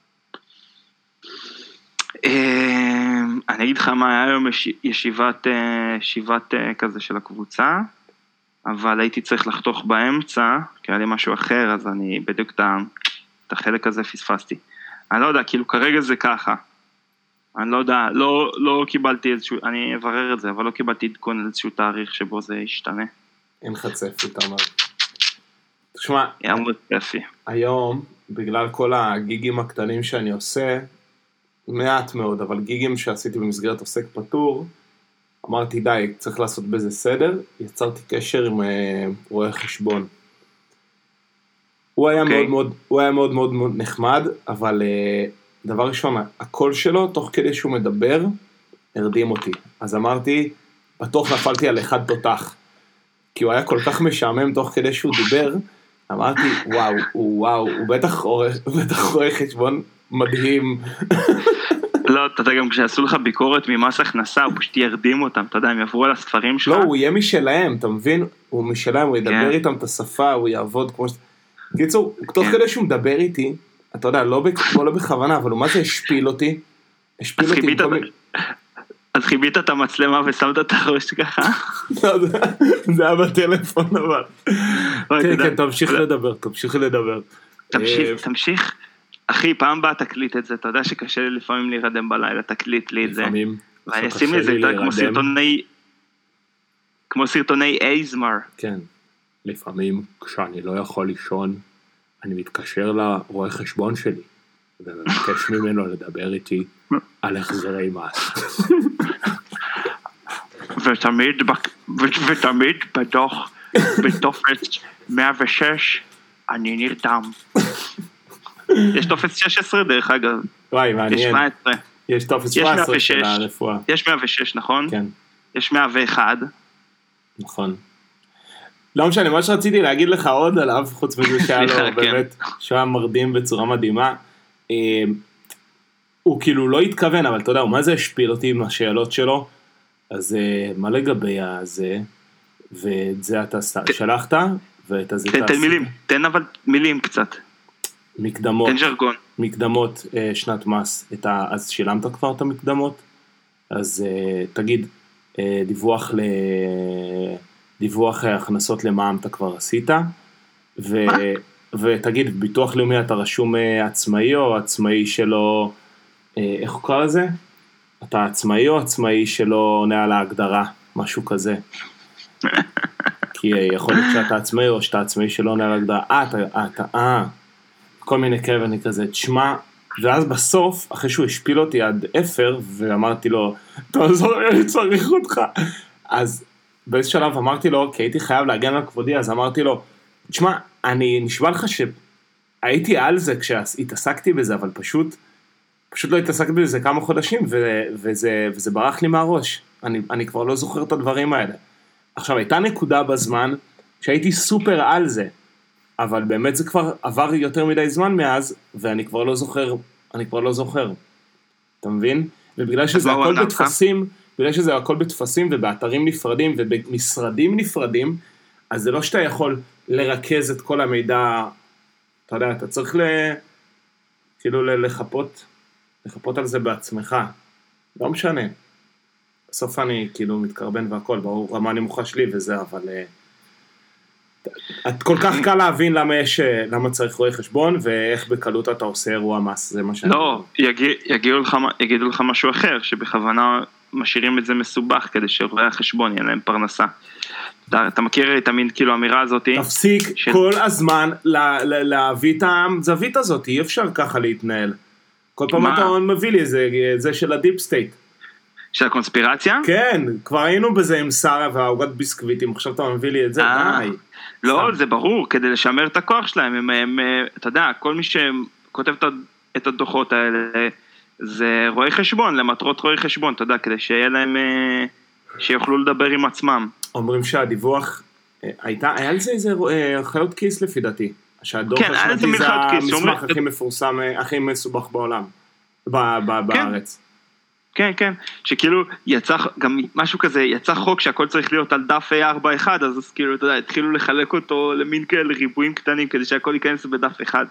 אני אגיד לך מה, היה היום ישיבת כזה של הקבוצה, אבל הייתי צריך לחתוך באמצע, כי היה לי משהו אחר, אז אני בדיוק את החלק הזה פספסתי. אני לא יודע, כאילו כרגע זה ככה. אני לא יודע, לא קיבלתי איזשהו, אני אברר את זה, אבל לא קיבלתי עדכון על איזשהו תאריך שבו זה ישתנה. אין לך צפי, אתה אומר. תשמע, היום, בגלל כל הגיגים הקטנים שאני עושה, מעט מאוד, אבל גיגים שעשיתי במסגרת עוסק פטור, אמרתי די, צריך לעשות בזה סדר, יצרתי קשר עם רואה חשבון. הוא היה מאוד מאוד נחמד, אבל דבר ראשון, הקול שלו, תוך כדי שהוא מדבר, הרדים אותי. אז אמרתי, בטוח נפלתי על אחד תותח. כי הוא היה כל כך משעמם תוך כדי שהוא דיבר, אמרתי, וואו, הוא בטח רואה חשבון מדהים. לא, אתה יודע, גם כשעשו לך ביקורת ממס הכנסה, הוא פשוט ירדים אותם, אתה יודע, הם יעברו על הספרים שלך. לא, הוא יהיה משלהם, אתה מבין? הוא משלהם, הוא ידבר איתם את השפה, הוא יעבוד כמו ש... קיצור, תוך כדי שהוא מדבר איתי, אתה יודע, לא בכוונה, אבל הוא מה זה השפיל אותי? אז חיבית את המצלמה ושמת את הראש ככה? זה היה בטלפון אבל. כן, תמשיך לדבר. תמשיך. אחי, פעם באה תקליט את זה, אתה יודע שקשה לי לפעמים להירדם בלילה, תקליט לי את זה. לפעמים. ואני אשים לי זה יותר כמו סרטוני אייזמר. כן. לפעמים כשאני לא יכול לישון, אני מתקשר לרואה חשבון שלי, ומבקש ממנו לדבר איתי על החזרי מס. ותמיד בטופס 106, אני נרדם. יש טופס 16 דרך אגב. וואי, מעניין. יש 17. יש טופס 17 של הרפואה. יש 106, נכון? כן. יש 101. נכון. לא משנה, מה שרציתי להגיד לך עוד עליו, חוץ מזה שהיה לו באמת, שהוא היה מרדים בצורה מדהימה, הוא כאילו לא התכוון, אבל אתה יודע, מה זה השפיל אותי עם השאלות שלו, אז מה לגבי הזה, ואת זה אתה שלחת, ואת הזה תעשי. תן מילים, תן אבל מילים קצת. מקדמות. תן ז'רגון. מקדמות שנת מס, אז שילמת כבר את המקדמות? אז תגיד, דיווח הכנסות למע"מ אתה כבר עשית, ותגיד, ביטוח לאומי אתה רשום עצמאי או עצמאי שלא, איך הוא קרא לזה? אתה עצמאי או עצמאי שלא עונה על ההגדרה, משהו כזה. כי יכול להיות שאתה עצמאי או שאתה עצמאי שלא עונה על ההגדרה, כל מיני כאלה ואני כזה, תשמע, ואז בסוף, אחרי שהוא השפיל אותי עד אפר, ואמרתי לו, תעזור לי, אני צריך אותך. אז באיזה שלב אמרתי לו, כי הייתי חייב להגן על כבודי, אז אמרתי לו, תשמע, אני נשבע לך שהייתי על זה כשהתעסקתי בזה, אבל פשוט לא התעסקתי בזה כמה חודשים, וזה ברח לי מהראש. אני כבר לא זוכר את הדברים האלה. עכשיו, הייתה נקודה בזמן שהייתי סופר על זה, אבל באמת זה כבר עבר יותר מדי זמן מאז, ואני כבר לא זוכר. אתה מבין? ובגלל שזה הכל בטפסים, ובאתרים נפרדים ובמשרדים נפרדים, אז זה לא שאתה יכול לרכז את כל המידע, אתה יודע, אתה צריך כאילו לחפות על זה בעצמך. לא משנה. בסוף אני כאילו מתקרבן והכל, ברור רמה נמוכה שלי וזה, אבל את כל כך קל להבין למה צריך רואה חשבון, ואיך בקלות אתה עושה אירוע מס, זה מה שאני... לא, יגידו לך משהו אחר, שבכוונה משאירים את זה מסובך, כדי שרואי החשבון יהיה להם פרנסה. אתה מכיר את המין כאילו האמירה הזאת? תפסיק כל הזמן להביא את הזווית הזאת, אי אפשר ככה להתנהל. כל פעם אתה מביא לי זה של הדיפ סטייט. של הקונספירציה? כן, כבר היינו בזה עם שרה והעוגת ביסקוויטים, עכשיו אתה מביא לי את זה, די. לא, זה ברור, כדי לשמר את הכוח שלהם, אתה יודע, כל מי שכותב את הדוחות האלה, זה רואי חשבון, למטרות רואי חשבון, אתה יודע, כדי שיהיה להם, שיוכלו לדבר עם עצמם. אומרים שהדיווח, היה על זה איזה חיות כיס לפי דעתי, שהדוח השנתי זה המסמך הכי מפורסם, הכי מסובך בעולם, בארץ. כן, כן, שכאילו יצא גם משהו כזה, יצא חוק שהכל צריך להיות על דף A4-1, אז כאילו, אתה יודע, התחילו לחלק אותו למין כאלה ריבועים קטנים, כדי שהכל ייכנס בדף אחד.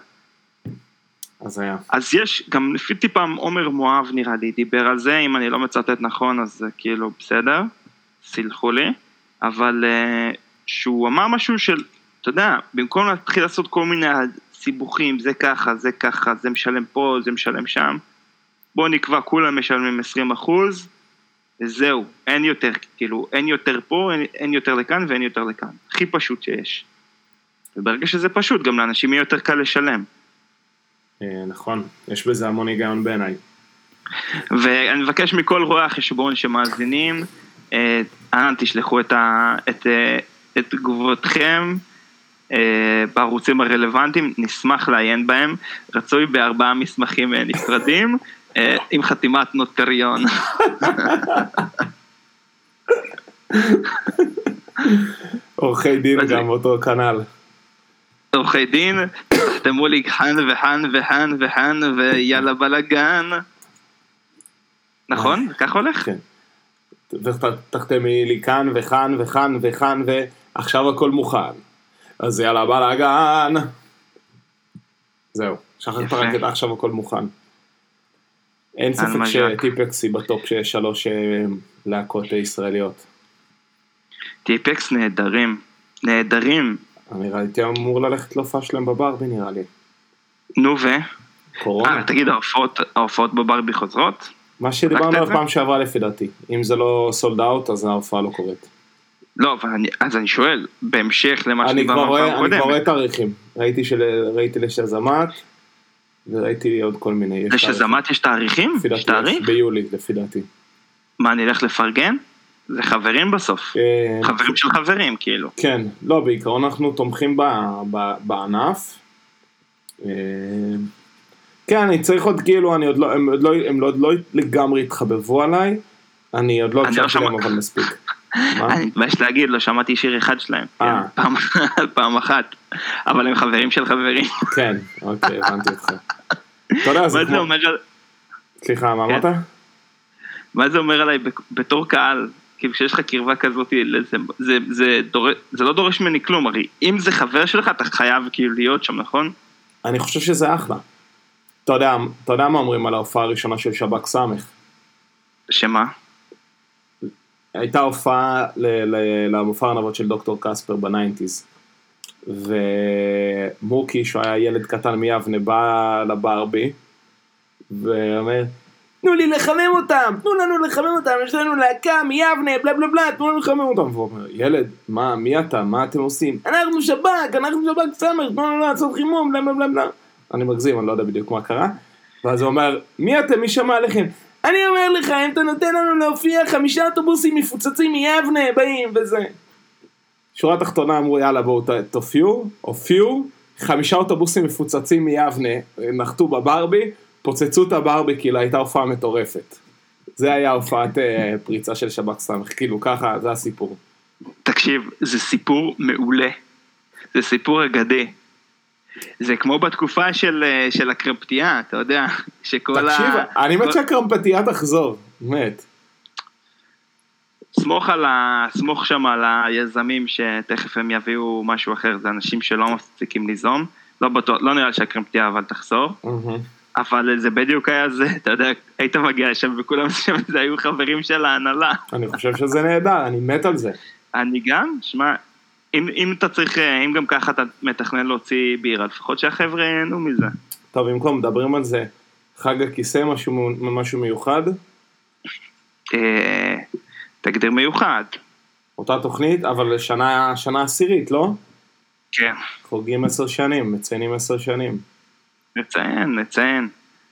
אז יש, גם לפי טיפם עומר מואב נראה לי, דיבר על זה, אם אני לא מצטט נכון, אז זה כאילו בסדר, סלחו לי, אבל שהוא אמר משהו של, אתה יודע, במקום להתחיל לעשות כל מיני סיבוכים, זה ככה, זה משלם פה, זה משלם שם, בוא נקבע, כולם משלמים 20%, וזהו, אין יותר, כאילו, אין יותר פה, אין יותר לכאן ואין יותר לכאן. הכי פשוט שיש. וברגע שזה פשוט, גם לאנשים יהיה יותר קל לשלם. נכון, יש בזה המון היגיון בעיניי. ואני מבקש מכל רואי החשבון שמאזינים, אנא תשלחו את תגובותכם בערוצים הרלוונטיים, נשמח לעיין בהם, רצוי ב4 מסמכים נפרדים, עם חתימת נוטריון. עורכי דין גם אותו כנל. עורכי דין, תחתמו לי חן ויאללה בלגן. נכון? כך הולך? כן. ותחתמי לי כאן ועכשיו הכל מוכן. אז יאללה בלגן. זהו, שכחת רק את עכשיו הכל מוכן. אין ספק שטיפקס היא בטופ 3 להקות ישראליות. טיפקס נהדרים. אני ראיתי אמור ללכת להופעה שלהם בברבי נראה לי. נו ו? קורונה. תגיד, ההופעות בברבי חוזרות? מה שדיברנו על פעם שעברה לפי דעתי. אם זה לא סולד אאוט אז ההופעה לא קורית. לא, אז אני שואל, בהמשך למה שדיברנו פעם קודם. אני כבר רואה תאריכים. ראיתי לשזמת, וראיתי עוד כל מיני. לשזמת יש תאריכים? יש תאריך? ביולי, לפי דעתי. מה, נלך לפרגן? זה חברים בסוף. חברים של חברים, כאילו. כן, לא, בעיקרון אנחנו תומכים בענף. כן, אני צריך עוד כאילו, הם עוד לא לגמרי התחבבו עליי, אני עוד לא הקשבתי להם אבל מספיק. אני מתבייש להגיד, לא שמעתי שיר אחד שלהם, פעם אחת, אבל הם חברים של חברים. כן, אוקיי, הבנתי אותך. מה זה אומר על... סליחה, מה אמרת? מה זה אומר עליי בתור קהל? כאילו כשיש לך קרבה כזאת, זה לא דורש ממני כלום, הרי אם זה חבר שלך, אתה חייב כאילו להיות שם, נכון? אני חושב שזה אחלה. אתה יודע מה אומרים על ההופעה הראשונה של שב"כ סמך? שמה? הייתה הופעה למופע הרנבות של דוקטור קספר ב-90s, ומוקי, שהוא היה ילד קטן מיבנה, בא לברבי, ואומר, תנו לי לחמם אותם, תנו לנו לחמם אותם, יש לנו להקה מיבנה, בלה בלה בלה, תנו לנו לחמם אותם. והוא אומר, ילד, מי אתה? מה אתם עושים? אנחנו שב"כ סמך, תנו לנו לעשות חימום, בלה בלה בלה בלה. אני מגזים, אני לא יודע בדיוק מה קרה. ואז הוא אומר, מי אתם? מי שמע עליכם? אני אומר לך, אם אתה נותן לנו להופיע 5 אוטובוסים מפוצצים מיבנה, באים וזה. שורה תחתונה אמרו, יאללה בואו הופיעו, 5 אוטובוסים מפוצצים מיבנה, נחתו בברבי, פוצצו את הברבי, כאילו הייתה הופעה מטורפת. זה היה הופעת פריצה של שב"כ סמך, כאילו ככה, זה הסיפור. תקשיב, זה סיפור מעולה, זה סיפור אגדי. זה כמו בתקופה של הקרמפתייה, אתה יודע, שכל תקשיב, אני מת שהקרמפתייה תחזור, באמת. סמוך שם על היזמים שתכף הם יביאו משהו אחר, זה אנשים שלא מפסיקים ליזום, לא נראה שהקרמפתייה אבל תחזור, אבל זה בדיוק היה זה, אתה יודע, היית מגיע שם וכולם שם, זה היו חברים של ההנהלה. אני חושב שזה נהדר, אני מת על זה. אני גם, שמע, אם אתה צריך, אם גם ככה אתה מתכנן להוציא בירה, לפחות שהחבר'ה ייהנו מזה. טוב, אם כבר מדברים על זה, חג הכיסא, משהו מיוחד? תגדיר מיוחד. אותה תוכנית, אבל שנה עשירית, לא? כן. חוגגים 10 שנים, מציינים 10 שנים. נציין.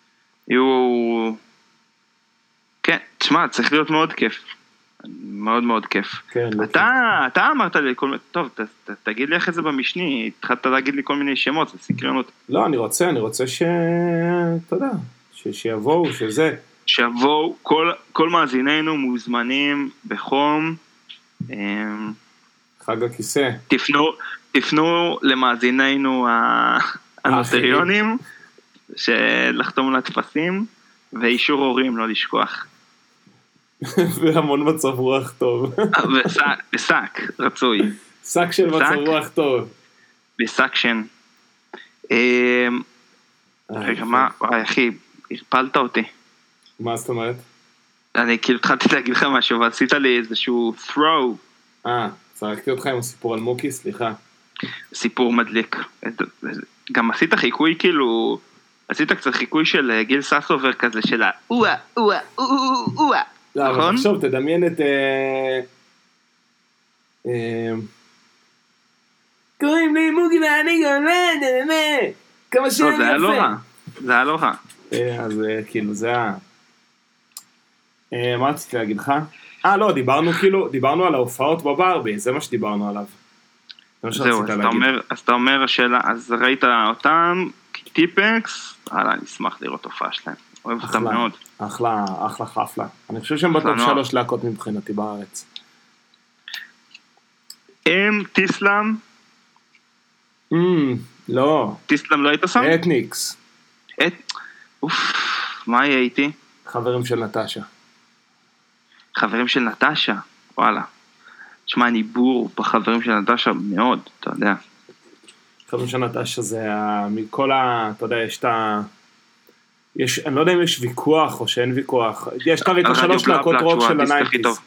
כן, תשמע, צריך להיות מאוד כיף. מאוד מאוד כיף. כן, אתה אמרת לי, טוב, תגיד לי איך זה במשני, התחלת להגיד לי כל מיני שמות, זה סקרנות. לא, אני רוצה אתה יודע, שיבואו, שזה. שיבואו, כל מאזיננו מוזמנים בחום. חג הכיסא. תפנו למאזיננו הנוטריונים, שלחתום לתפסים, ואישור הורים, לא לשכוח. והמון מצב רוח טוב. ושק, רצוי. שק של מצב רוח טוב. בסקשן. רגע, וואי אחי, הרפלת אותי. מה זאת אומרת? אני כאילו התחלתי להגיד לך משהו, אבל עשית לי איזשהו throw. צרקתי אותך עם הסיפור על מוקי, סליחה. סיפור מדליק. גם עשית חיקוי כאילו, עשית קצת חיקוי של גיל ססובר כזה, של אוה, אוה, אוה. לא, אבל עכשיו תדמיין את... קוראים לי מוקי ואני גולד, כמה שאני יפה. זה היה לא רע. אז כאילו זה היה... מה רציתי להגיד לך? לא, דיברנו על ההופעות בברבי, זה מה שדיברנו עליו. זהו, אז אתה אומר השאלה, אז ראית אותם, טיפקס, אני אשמח לראות הופעה שלהם, אוהב אותם מאוד. אחלה חפלה. אני חושב שהם בטוח 3 להקות מבחינתי בארץ. טיסלאם? לא. טיסלאם לא היית שם? אתניקס. מה יהיה איתי? חברים של נטשה. חברים של נטשה? וואלה. תשמע, אני בור בחברים של נטשה מאוד, אתה יודע. חברים של נטשה זה מכל אתה יודע, אני לא יודע אם יש ויכוח או שאין ויכוח. יש כרגע 3 להקות רוק של הניינטיז.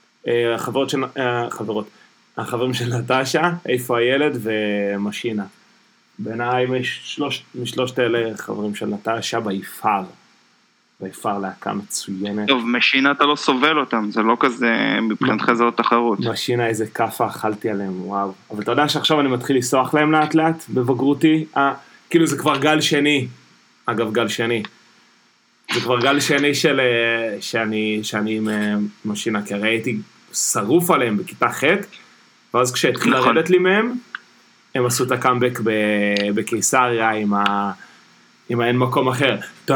החברים של נטשה, איפה הילד ומשינה. בעיניי משלושת אלה חברים של נטשה ביפר להקה מצוינת. טוב, משינה אתה לא סובל אותם, זה לא כזה, מבחינתך זה לא תחרות. משינה איזה כפה אכלתי עליהם, וואו. אבל אתה יודע שעכשיו אני מתחיל לסוח להם לאט לאט בבגרותי, כאילו זה כבר גל שני, אגב גל שני. זה כבר גל שני שאני עם משינה, כי הרי הייתי שרוף עליהם בכיתה ח' ואז כשהתחיל לרדת לי מהם, הם עשו את הקאמבק בקיסריה עם האין מקום אחר.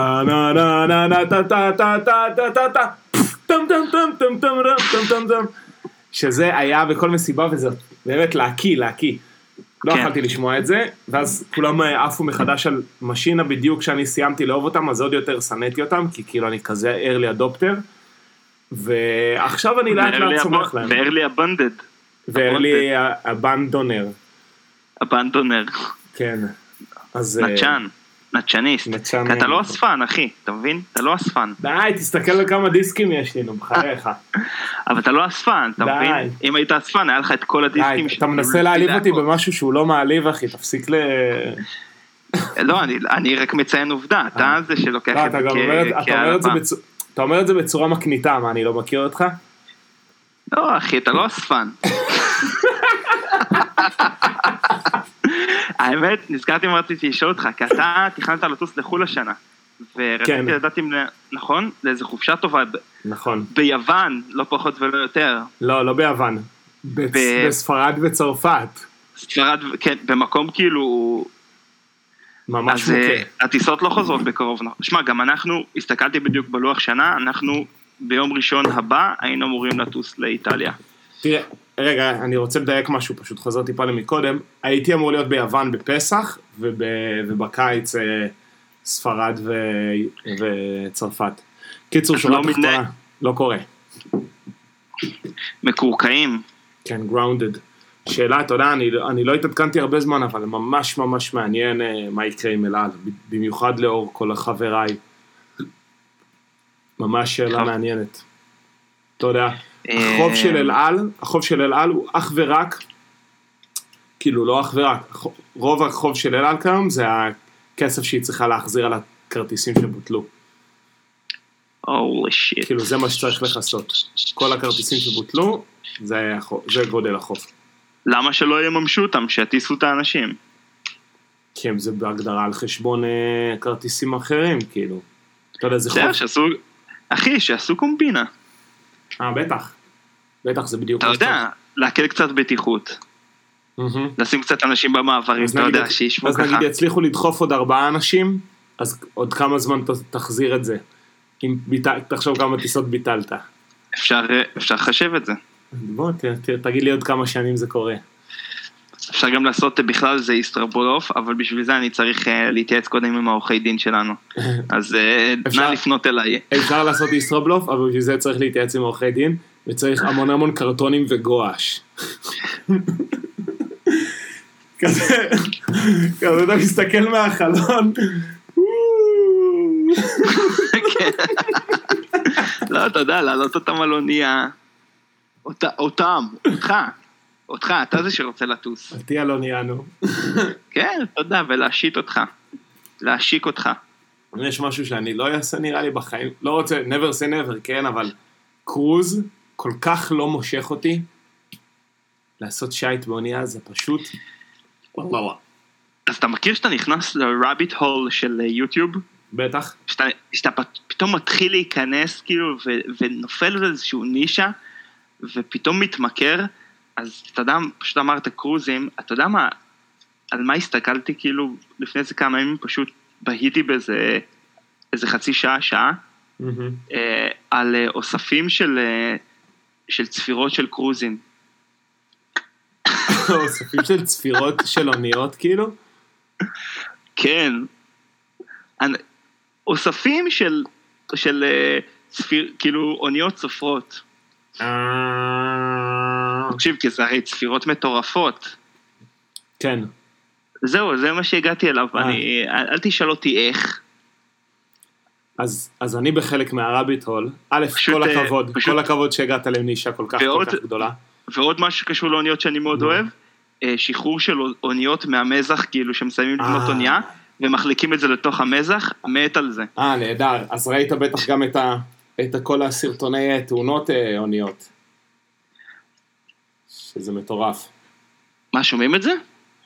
שזה היה בכל מסיבה וזה באמת להקיא. לא יכולתי לשמוע את זה, ואז כולם עפו מחדש על משינה בדיוק כשאני סיימתי לאהוב אותם, אז עוד יותר שנאתי אותם, כי כאילו אני כזה early adopter, ועכשיו אני לאט לאט צומח להם. ו-early abandoned. ו-early abandoner. הבנדונר. כן. נצ'ניסט. כי אתה לא אספן, אחי, אתה מבין? אתה לא אספן. די, תסתכל על כמה דיסקים יש לי, נו, בחייך. אבל אתה לא אספן, אתה מבין? אם היית אספן, היה לך את כל הדיסקים. די, אתה מנסה להעליב אותי במשהו שהוא לא מעליב, אחי, תפסיק לא, אני רק מציין עובדה, אתה זה שלוקח את זה אתה אומר את זה בצורה מקניטה, מה, אני לא מכיר אותך? לא, אחי, אתה לא אספן. האמת, נזכרתי מה רציתי לשאול אותך, כי אתה תכננת לטוס לחול השנה. ורציתי לדעת אם, נכון? לאיזה חופשה טובה. נכון. ביוון, לא פחות ולא יותר. לא ביוון. בספרד וצרפת. ספרד, כן, במקום כאילו... ממש מוכה. אז הטיסות לא חוזרות בקרוב. שמע, גם אנחנו, הסתכלתי בדיוק בלוח שנה, אנחנו ביום ראשון הבא היינו אמורים לטוס לאיטליה. תראה, רגע, אני רוצה לדייק משהו, פשוט חזרתי פעם מקודם. הייתי אמור להיות ביוון בפסח, ובקיץ ספרד וצרפת. קיצור, שורה תחתונה, לא קורה. מקורקעים. כן, grounded. שאלה, אתה יודע, אני לא התעדכנתי הרבה זמן, אבל ממש ממש מעניין מה יקרה עם אל על, במיוחד לאור כל החבריי. ממש שאלה מעניינת. אתה יודע, החוב של אל על הוא אך ורק, כאילו לא אך ורק, רוב החוב של אל על כיום זה הכסף שהיא צריכה להחזיר על הכרטיסים שבוטלו. Holy shit. כאילו זה מה שצריך לחסות. כל הכרטיסים שבוטלו, זה גודל החוב. למה שלא יממשו אותם, שיטיסו את האנשים? כי זה בהגדרה על חשבון כרטיסים אחרים, כאילו. אתה יודע, זה חוב. אחי, שעשו קומבינה. בטח. בטח, זה בדיוק. אתה יודע, להקל קצת בטיחות. לשים קצת אנשים במעברים, אתה יודע, שישמעו ככה. אז נגיד, יצליחו לדחוף עוד 4 אנשים, אז עוד כמה זמן תחזיר את זה. תחשוב כמה טיסות ביטלת. אפשר לחשב את זה. בוא, תגיד לי עוד כמה שנים זה קורה. אפשר גם לעשות בכלל זה ישראבולוף, אבל בשביל זה אני צריך להתייעץ קודם עם העורכי דין שלנו. אז נא לפנות אליי. אפשר לעשות ישראבולוף, אבל בשביל זה צריך להתייעץ עם העורכי דין, וצריך המון קרטונים וגואש. כזה, אתה מסתכל מהחלון. לא, אתה יודע, לעלות אותם על אונייה. אותך, אתה זה שרוצה לטוס. אותי על אונייה, נו. כן, אתה יודע, ולהשיק אותך. יש משהו שאני לא אעשה נראה לי בחיים, לא רוצה, never say never, כן, אבל קרוז כל כך לא מושך אותי, לעשות שייט באונייה זה פשוט, וואו. אז אתה מכיר שאתה נכנס לרביט הול של יוטיוב? בטח. שאתה פתאום מתחיל להיכנס כאילו ונופל באיזשהו נישה ופתאום מתמכר, אז אתה יודע, פשוט אמרת קרוזים, אתה יודע מה, על מה הסתכלתי כאילו לפני איזה כמה ימים, פשוט בהיתי באיזה חצי שעה, על אוספים של צפירות של קרוזים. אוספים של צפירות של אוניות כאילו? כן. אוספים של כאילו אוניות סופרות. תקשיב, כי זה הרי צפירות מטורפות. כן. זהו, זה מה שהגעתי אליו, אל תשאל אותי איך. אז אני בחלק מהרביט הול, א', כל הכבוד שהגעת לנישה כל כך גדולה. ועוד משהו שקשור לאוניות שאני מאוד אוהב, שחרור של אוניות מהמזח, כאילו שמסיימים לבנות אונייה, ומחליקים את זה לתוך המזח, מת על זה. נהדר, אז ראית בטח גם את כל הסרטוני תאונות אוניות. שזה מטורף. מה, שומעים את זה?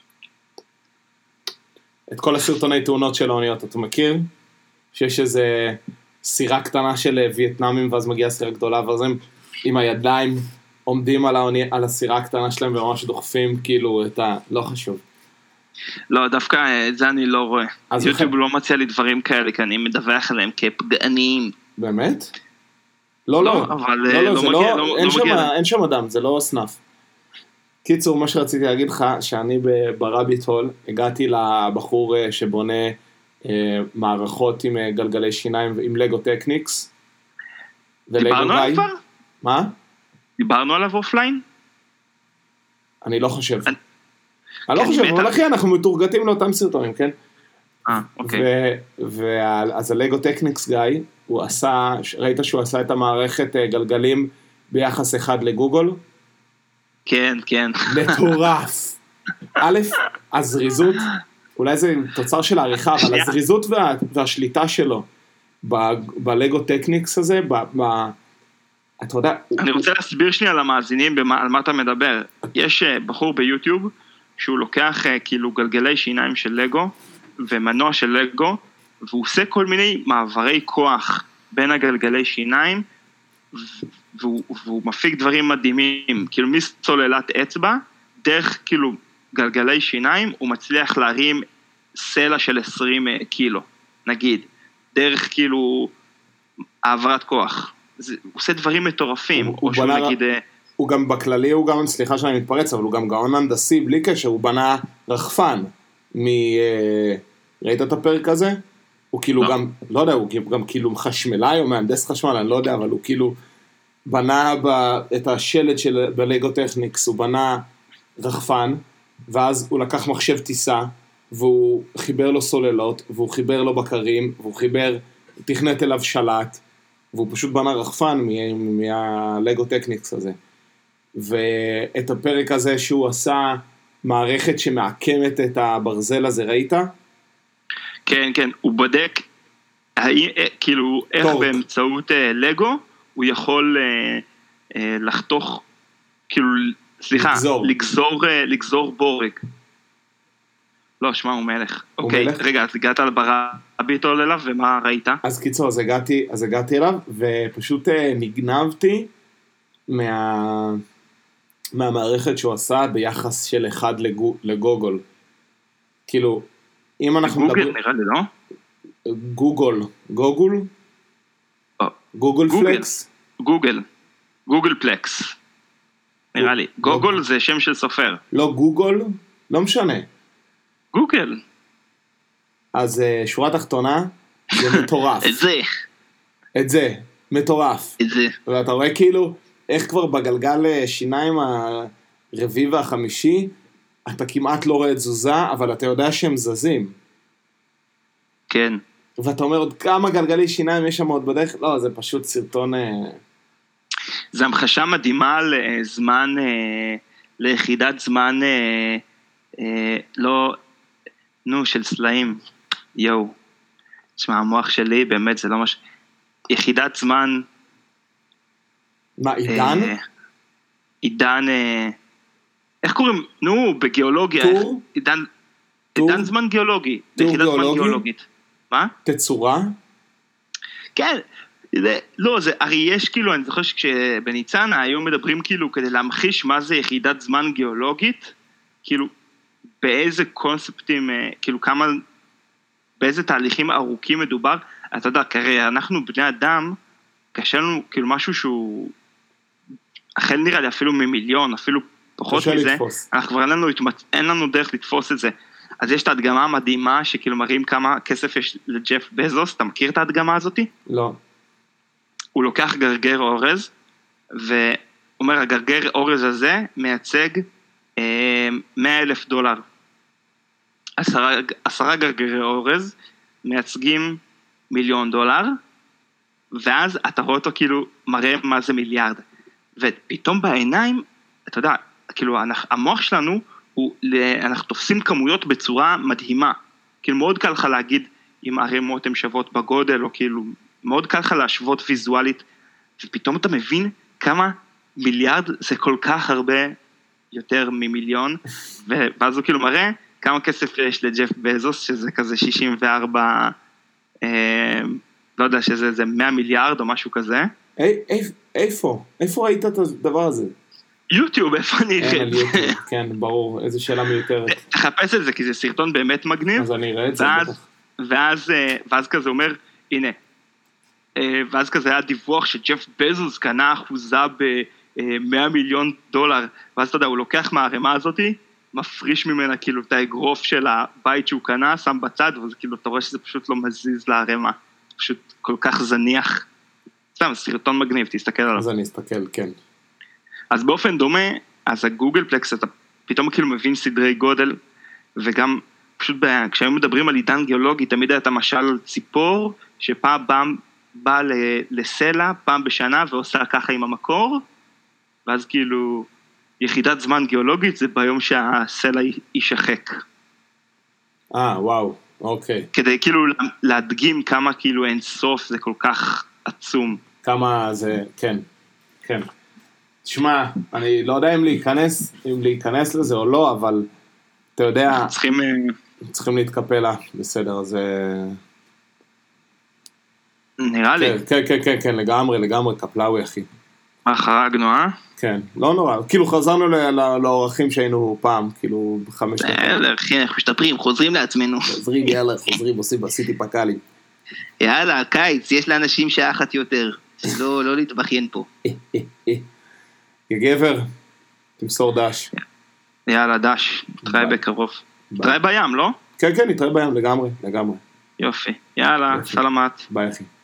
את כל הסרטוני תאונות של האוניות, אתה מכיר? שיש איזה סירה קטנה של וייטנאמים, ואז מגיעה סירה גדולה, ואז הם עם הידיים עומדים על הסירה הקטנה שלהם, וממש דוחפים כאילו את לא חשוב. לא, דווקא את זה אני לא רואה. יוטיוב לא מציע לי דברים כאלה, כי אני מדווח עליהם כפגעניים. באמת? לא, אבל לא מגיע. אין שם אדם, זה לא סנף. קיצור, מה שרציתי להגיד לך, שאני ברביט הול, הגעתי לבחור שבונה מערכות עם גלגלי שיניים, עם לגו טקניקס. דיברנו עליו כבר? מה? דיברנו עליו אופליין? אני לא חושב. אני לא חושב, אבל אחי, אנחנו מתורגתים לאותם סרטונים, כן? אוקיי. אז הלגו טקניקס גיא, הוא עשה, ראית שהוא עשה את המערכת גלגלים ביחס אחד לגוגל? כן, כן. מטורף. א', הזריזות, אולי זה תוצר של העריכה, אבל הזריזות והשליטה שלו בלגו טקניקס הזה, אתה יודע... אני רוצה להסביר שנייה למאזינים על מה אתה מדבר. יש בחור ביוטיוב שהוא לוקח כאילו גלגלי שיניים של לגו ומנוע של לגו והוא עושה כל מיני מעברי כוח בין הגלגלי שיניים, והוא מפיק דברים מדהימים, כאילו מסוללת אצבע, דרך כאילו גלגלי שיניים, הוא מצליח להרים סלע של 20 קילו, נגיד, דרך כאילו העברת כוח. הוא עושה דברים מטורפים, או שהוא נגיד... הוא גם בכללי, הוא גם, סליחה שאני מתפרץ, אבל הוא גם גאון הנדסי, בלי קשר, הוא בנה רחפן, ראית את הפרק הזה? הוא כאילו גם, לא יודע, הוא גם כאילו חשמלאי או מהנדס חשמל, אני לא יודע, אבל הוא כאילו בנה את השלד של בלגו טכניקס, הוא בנה רחפן, ואז הוא לקח מחשב טיסה, והוא חיבר לו סוללות, והוא חיבר לו בקרים, והוא תכנת אליו שלט, והוא פשוט בנה רחפן מהלגו טכניקס הזה. ואת הפרק הזה שהוא עשה מערכת שמעקמת את הברזל הזה, ראית? כן, כן, הוא בודק, כאילו, איך באמצעות לגו, הוא יכול לחתוך, כאילו, סליחה, לגזור בורג. לא, שמע, הוא מלך. אוקיי, רגע, אז הגעת ברביטול אליו, ומה ראית? אז קיצור, אז הגעתי אליו, ופשוט נגנבתי מהמערכת שהוא עשה ביחס של 1 לגוגל. כאילו, אם אנחנו גוגל נראה לי, לא? גוגל פלקס? גוגל פלקס. נראה לי. גוגל זה שם של סופר. לא גוגל? לא משנה. גוגל. אז שורה תחתונה, זה מטורף. את זה, מטורף. ואתה רואה כאילו, איך כבר בגלגל שיניים הרביעי והחמישי, אתה כמעט לא רואה תזוזה, אבל אתה יודע שהם זזים. כן. ואתה אומר, עוד כמה גלגלי שיניים יש שם עוד בדרך? לא, זה פשוט סרטון... זה המחשה מדהימה לזמן, ליחידת זמן, לא, של סלעים. יואו. תשמע, המוח שלי באמת זה לא מש... יחידת זמן... מה, עידן? עידן... איך קוראים? בגיאולוגיה. טור? עידן זמן גיאולוגי. יחידת זמן גיאולוגית. מה? תצורה? כן. לא, זה, הרי יש כאילו, אני זוכר שכשבניצנה היום מדברים כאילו כדי להמחיש מה זה יחידת זמן גיאולוגית, כאילו באיזה קונספטים, כאילו כמה, באיזה תהליכים ארוכים מדובר, אתה יודע, כרי אנחנו בני אדם, קשה לנו כאילו משהו שהוא, החל נראה לי אפילו ממיליון, אפילו פחות מזה, אנחנו כבר אין לנו דרך לתפוס את זה. אז יש את ההדגמה המדהימה שכאילו מראים כמה כסף יש לג'ף בזוס, אתה מכיר את ההדגמה הזאתי? לא. הוא לוקח גרגר אורז, ואומר, הגרגר אורז הזה מייצג $100,000. 10 גרגרי אורז מייצגים $1,000,000, ואז אתה רואה אותו כאילו מראה מה זה מיליארד. ופתאום בעיניים, אתה יודע, כאילו המוח שלנו, אנחנו תופסים כמויות בצורה מדהימה. כאילו מאוד קל לך להגיד אם הרמות הן שוות בגודל, או כאילו מאוד קל לך להשוות ויזואלית, ופתאום אתה מבין כמה מיליארד זה כל כך הרבה יותר ממיליון, ואז הוא כאילו מראה כמה כסף יש לג'ף בזוס, שזה כזה 64, לא יודע, שזה 100 מיליארד או משהו כזה. איפה ראית את הדבר הזה? יוטיוב, איפה אני אראה? כן, ברור, איזו שאלה מיותרת. תחפש את זה, כי זה סרטון באמת מגניב. אז אני אראה את זה. ואז כזה אומר, הנה, ואז כזה היה דיווח שג'ף בזוס קנה אחוזה $100 מיליון, ואז אתה יודע, הוא לוקח מהרמה הזאת, מפריש ממנה כאילו את האגרוף של הבית שהוא קנה, שם בצד, וזה כאילו, אתה רואה שזה פשוט לא מזיז להרמה, פשוט כל כך זניח. סתם, סרטון מגניב, תסתכל עליו. אז אני אסתכל, כן. אז באופן דומה, אז הגוגל פלקס, אתה פתאום כאילו מבין סדרי גודל, וגם פשוט כשהם מדברים על עידן גיאולוגי, תמיד היה את המשל על ציפור, שפעם באה לסלע, פעם בשנה, ועושה ככה עם המקור, ואז כאילו, יחידת זמן גיאולוגית, זה ביום שהסלע יישחק. וואו, אוקיי. כדי כאילו להדגים כמה כאילו אין סוף, זה כל כך עצום. כמה זה, כן, כן. תשמע, אני לא יודע אם להיכנס לזה או לא, אבל אתה יודע, צריכים להתקפל לה, בסדר, אז נראה לי. כן, לגמרי, קפלאוי, אחי. חרגנו, כן, לא נורא, כאילו חזרנו לאורחים שהיינו פעם, כאילו 5 דקות. אחי, אנחנו משתפרים, חוזרים לעצמנו. חוזרים, עשיתי פקלים. יאללה, קיץ, יש לאנשים שעה אחת יותר, לא להתבכיין פה. גבר, תמסור דש. יאללה, דש, נתראה בקרוב. נתראה בים, לא? כן, נתראה בים, לגמרי. יופי, יאללה, סלמת. ביי אחי.